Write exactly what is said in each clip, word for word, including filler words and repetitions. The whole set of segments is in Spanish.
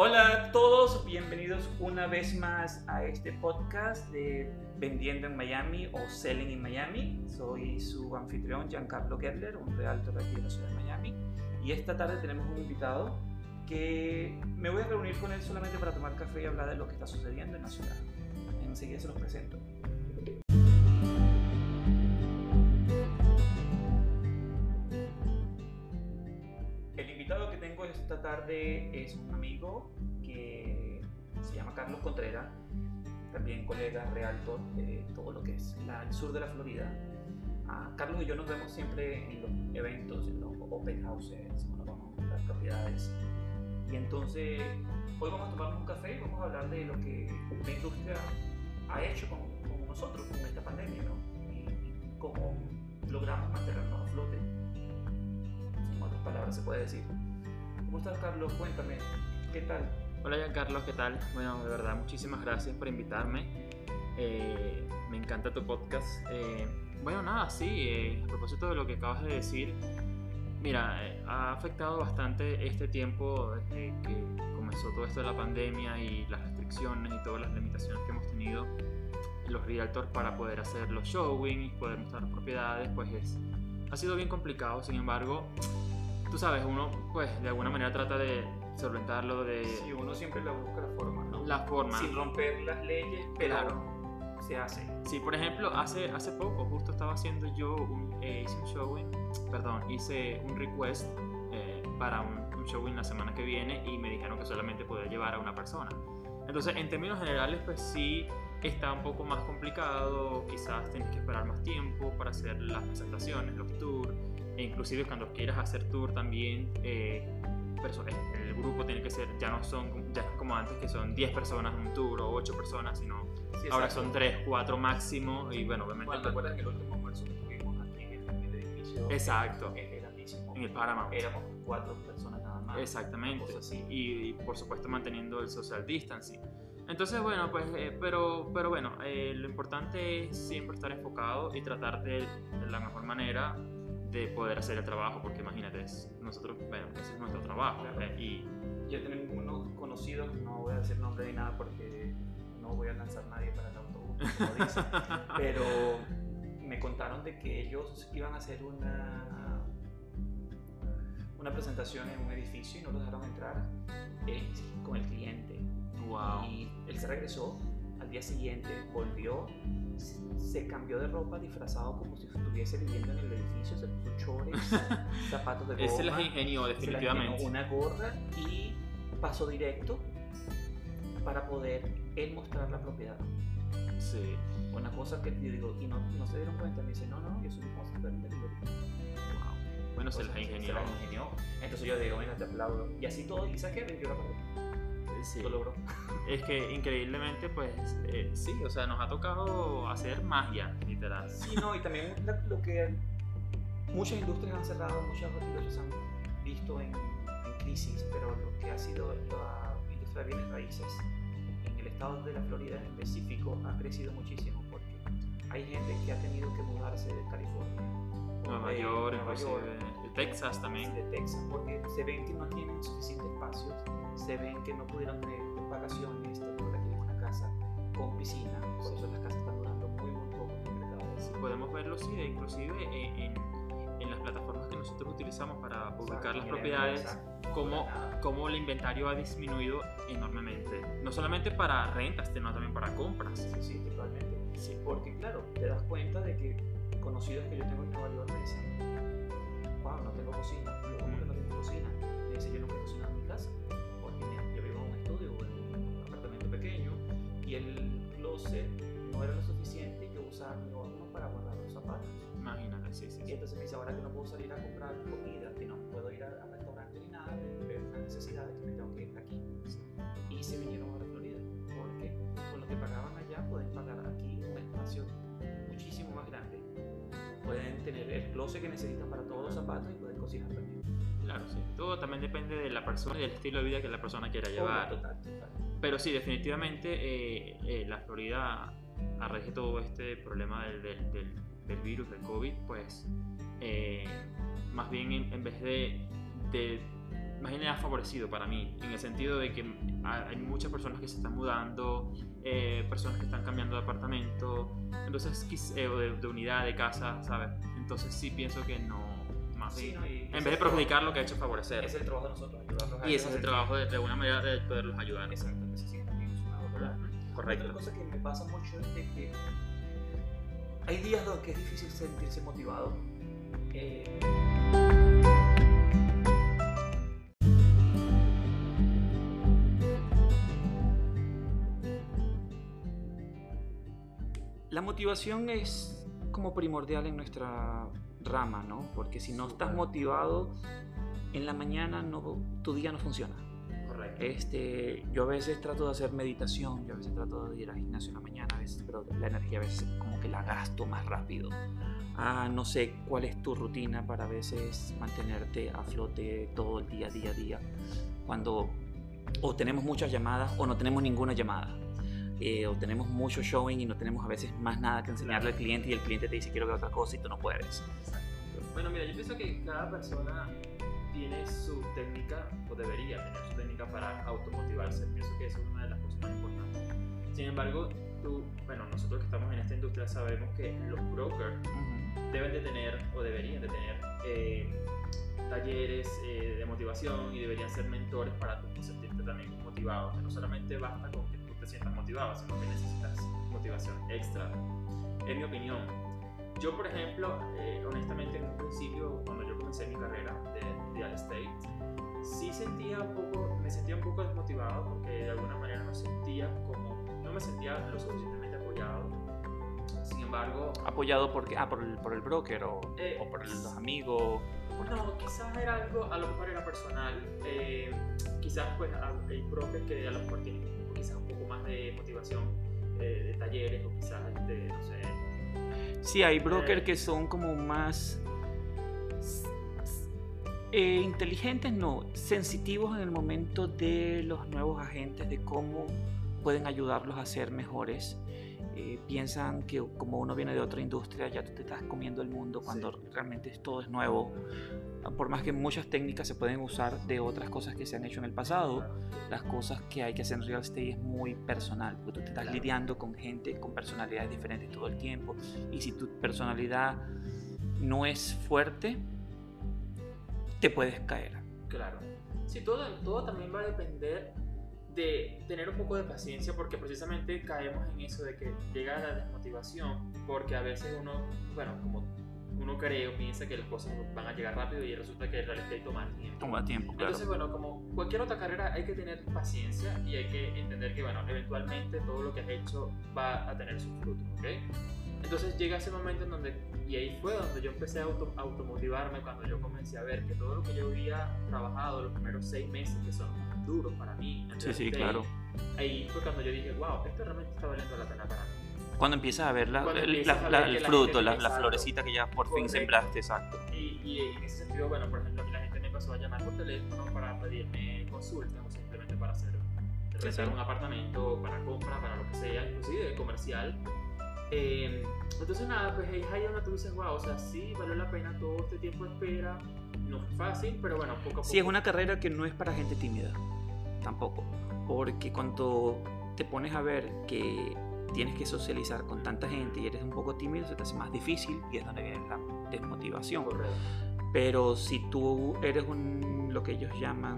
Hola a todos, bienvenidos una vez más a este podcast de Vendiendo en Miami o Selling in Miami. Soy su anfitrión Giancarlo Gebler, un realtor aquí de la ciudad de Miami. Y esta tarde tenemos un invitado que me voy a reunir con él solamente para tomar café y hablar de lo que está sucediendo en la ciudad. Enseguida se los presento. El invitado que tengo esta tarde es un amigo que se llama Carlos Contreras, también colega realtor de todo lo que es la, el sur de la Florida. Uh, Carlos y yo nos vemos siempre en los eventos, en los open houses, cuando vamos a las propiedades. Y entonces hoy vamos a tomarnos un café y vamos a hablar de lo que la industria ha hecho con, con nosotros, con esta pandemia, ¿no? Y, y cómo logramos mantenernos a flote. En otras palabras se puede decir. ¿Cómo estás, Carlos? Cuéntame, ¿qué tal? Hola, Giancarlo, ¿qué tal? Bueno, de verdad, muchísimas gracias por invitarme. Eh, me encanta tu podcast. Eh, bueno, nada, sí, eh, a propósito de lo que acabas de decir, mira, eh, ha afectado bastante este tiempo desde que comenzó todo esto de la pandemia y las restricciones y todas las limitaciones que hemos tenido los realtors para poder hacer los showings, poder mostrar propiedades, pues es, ha sido bien complicado. Sin embargo, tú sabes, uno pues de alguna manera trata de solventarlo, de... Sí, uno siempre la busca la forma, ¿no? La forma. Sin romper las leyes, pero claro, se hace. Sí, por ejemplo, hace, hace poco justo estaba haciendo yo, un, eh, hice un showing, perdón, hice un request eh, para un, un showing la semana que viene y me dijeron que solamente podía llevar a una persona. Entonces, en términos generales, pues sí está un poco más complicado, quizás tienes que esperar más tiempo para hacer las presentaciones, los tours, e inclusive cuando quieras hacer tour también, eh, el grupo tiene que ser, ya no son ya como antes que son diez personas en un tour o ocho personas, sino sí, ahora son tres, cuatro máximo. Y bueno, obviamente bueno, ¿te acuerdas que el último almuerzo que tuvimos aquí en el, en el edificio? Exacto, es grandísimo, en el Paramount éramos cuatro personas nada más, exactamente, así. Y, y por supuesto manteniendo el social distancing. Entonces bueno, pues eh, pero, pero bueno, eh, lo importante es siempre estar enfocado y tratar de, de la mejor manera de poder hacer el trabajo, porque imagínate, nosotros, bueno, ese es nuestro trabajo. Claro. eh, y yo tengo unos conocidos, no voy a decir nombre ni nada porque no voy a lanzar nadie para el autobús, como dicen, pero me contaron de que ellos iban a hacer una una presentación en un edificio y no los dejaron entrar eh, con el cliente. Wow. Y él se regresó al día siguiente, volvió, se cambió de ropa disfrazado como si estuviese viviendo en el edificio, se puso chores, zapatos de goma. Ese las ingenió definitivamente. Se una gorra y pasó directo para poder él mostrar la propiedad. Sí. Una cosa que yo digo, y no, no se dieron cuenta, me dice, no, no, yo soy un monstruo del delivery. Wow. Bueno, se las ingenió. Se las ingenió. Entonces yo digo, venga, te aplaudo. Y así todo, y ¿sabes qué? Vendió la propiedad. Sí. Lo logró. Es que increíblemente, pues eh, sí, o sea, nos ha tocado hacer magia, literal. Sí, no, y también lo que muchas industrias han cerrado, muchas industrias han visto en, en crisis, pero lo que ha sido la industria de bienes raíces en el estado de la Florida en específico ha crecido muchísimo porque hay gente que ha tenido que mudarse de California, Nueva de York, Nueva York, de Texas también. de Texas, porque se ven que no tienen suficiente espacio, se ven que no pudieron tener vacaciones, ahora quieren una casa con piscina, por eso las casas están durando muy muy poco en el mercado. Sí, podemos verlo, sí, de inclusive en, en, en las plataformas que nosotros utilizamos para publicar las propiedades, cómo, cómo el inventario ha disminuido enormemente, no solamente para rentas, sino también para compras. Sí, sí, totalmente. Sí, porque claro, te das cuenta de que conocidos que yo tengo en Nueva York me dicen, wow, no tengo cocina. Yo, ¿cómo que no tengo cocina? Me dice, yo no puedo cocinar en mi casa, porque mira, yo vivo en un estudio o en un apartamento pequeño y el closet no era lo suficiente y yo usaba mi horno para guardar los zapatos. Imagínate, sí, sí. Y entonces me dice, ahora que no puedo salir a comprar comida, que no puedo ir a, a restaurantes ni nada, veo las necesidades que me tengo que ir aquí. Y se vinieron a la Florida, porque con lo que pagaban allá pueden pagar aquí un espacio muchísimo más grande. Pueden tener el closet que necesitan para todos los zapatos y pueden cocinar también. Claro, sí. Todo también depende de la persona y del estilo de vida que la persona quiera llevar. Oh, total, total. Pero sí, definitivamente eh, eh, la Florida, a raíz de todo este problema del, del, del, del virus, del COVID, pues eh, más bien en, en vez de, de más bien ha favorecido para mí, en el sentido de que hay muchas personas que se están mudando, eh, personas que están cambiando de apartamento, entonces, eh, de, de unidad, de casa, ¿sabes? Entonces sí pienso que no, más Sí, bien, ¿no? Y en ese vez de perjudicar, lo que ha hecho es favorecer. Ese es el trabajo de nosotros, ayudarlos a Y ese es ellos el a trabajo de, de alguna manera de poderlos ayudar. Exacto, que se sientan bien emocionados, ¿verdad? Correcto. Otra cosa que me pasa mucho es de que hay días donde es difícil sentirse motivado. Eh, La motivación es como primordial en nuestra rama, ¿no? Porque si no estás motivado, en la mañana no, tu día no funciona. Correcto. Este, yo a veces trato de hacer meditación, yo a veces trato de ir al gimnasio en la mañana, a veces, pero la energía a veces como que la gasto más rápido. Ah, no sé cuál es tu rutina para a veces mantenerte a flote todo el día, día a día, cuando o tenemos muchas llamadas o no tenemos ninguna llamada. Eh, o tenemos mucho showing y no tenemos a veces más nada que enseñarle al cliente y el cliente te dice quiero ver otra cosa y tú no puedes. Exacto. Bueno, mira, yo pienso que cada persona tiene su técnica o debería tener su técnica para automotivarse. Pienso que eso es una de las cosas más importantes. Sin embargo, tú, bueno, nosotros que estamos en esta industria sabemos que los brokers uh-huh. deben de tener o deberían de tener eh, talleres eh, de motivación y deberían ser mentores para tú sentirte también motivado. Que no solamente basta con que te sientas motivado, sino que necesitas motivación extra, en mi opinión. Yo, por ejemplo, eh, honestamente en un principio, cuando yo comencé mi carrera de real estate, sí sentía un poco, me sentía un poco desmotivado porque de alguna manera no sentía como, no me sentía lo suficientemente apoyado. Sin embargo... ¿Apoyado por qué? Ah, por el, por el broker o, eh, o por los amigos. No, quizás era algo, a lo mejor era personal. Eh, quizás pues hay brokers que a lo mejor tienen quizás un poco más de motivación eh, de talleres o quizás este, no sé. Sí, hay brokers eh, que son como más eh, inteligentes, no, sensitivos en el momento de los nuevos agentes, de cómo pueden ayudarlos a ser mejores. Eh, piensan que como uno viene de otra industria ya tú te estás comiendo el mundo cuando sí. realmente todo es nuevo. Por más que muchas técnicas se pueden usar de otras cosas que se han hecho en el pasado, las cosas que hay que hacer en real estate es muy personal, porque tú te estás claro. lidiando con gente con personalidades diferentes todo el tiempo, y si tu personalidad no es fuerte te puedes caer. Claro, sí, todo, todo también va a depender de tener un poco de paciencia, porque precisamente caemos en eso de que llega la desmotivación, porque a veces uno, bueno, como uno cree o piensa que las cosas van a llegar rápido y resulta que el real estate toma tiempo. Toma tiempo, claro. Entonces, bueno, como cualquier otra carrera hay que tener paciencia y hay que entender que, bueno, eventualmente todo lo que has hecho va a tener sus frutos, ¿ok? Entonces llega ese momento en donde, y ahí fue donde yo empecé a auto, automotivarme, cuando yo comencé a ver que todo lo que yo había trabajado los primeros seis meses, que son duros para mí, en sí, sí, claro. Ahí fue cuando yo dije, wow, esto realmente está valiendo la pena para mí. Cuando empiezas a ver, la, el, la, la, el fruto, la, la florecita que ya por fin correcto. sembraste, exacto. Y, y en ese sentido, bueno, por ejemplo, la gente me pasó a llamar por teléfono para pedirme consultas o simplemente para hacer reservar sí, sí. un apartamento, para compra, para lo que sea, inclusive comercial. Eh, entonces nada, pues ahí es donde tú dices, wow, o sea, sí, valió la pena todo este tiempo de espera, no fue fácil, pero bueno, poco a poco. Sí, es una carrera que no es para gente tímida, tampoco, porque cuando te pones a ver que tienes que socializar con tanta gente y eres un poco tímido, se te hace más difícil y es donde viene la desmotivación. Correcto. Pero si tú eres un, lo que ellos llaman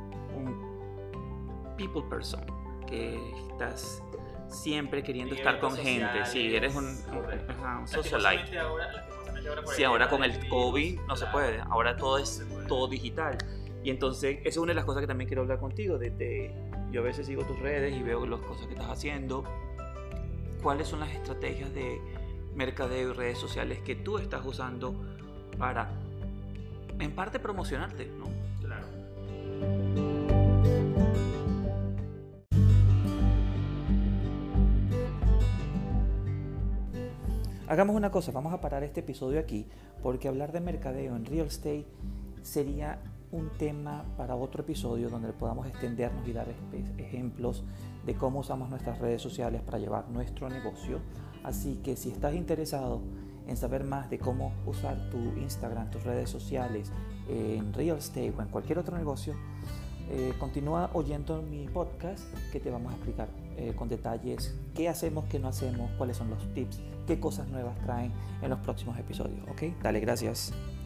un people person, que estás siempre queriendo y estar con sociales, gente, sí, eres un, un, un socialite. Ahora, ahora sí, ahora con el COVID no claro, se puede, ahora todo es todo digital. Y entonces, esa es una de las cosas que también quiero hablar contigo. De, de, yo a veces sigo tus redes y veo las cosas que estás haciendo. ¿Cuáles son las estrategias de mercadeo y redes sociales que tú estás usando para, en parte, promocionarte, ¿no? Claro. Hagamos una cosa, vamos a parar este episodio aquí, porque hablar de mercadeo en real estate sería un tema para otro episodio donde podamos extendernos y dar ejemplos de cómo usamos nuestras redes sociales para llevar nuestro negocio. Así que si estás interesado en saber más de cómo usar tu Instagram, tus redes sociales, eh, en real estate o en cualquier otro negocio, eh, continúa oyendo mi podcast, que te vamos a explicar eh, con detalles qué hacemos, qué no hacemos, cuáles son los tips, qué cosas nuevas traen en los próximos episodios. ¿Ok? Dale, gracias.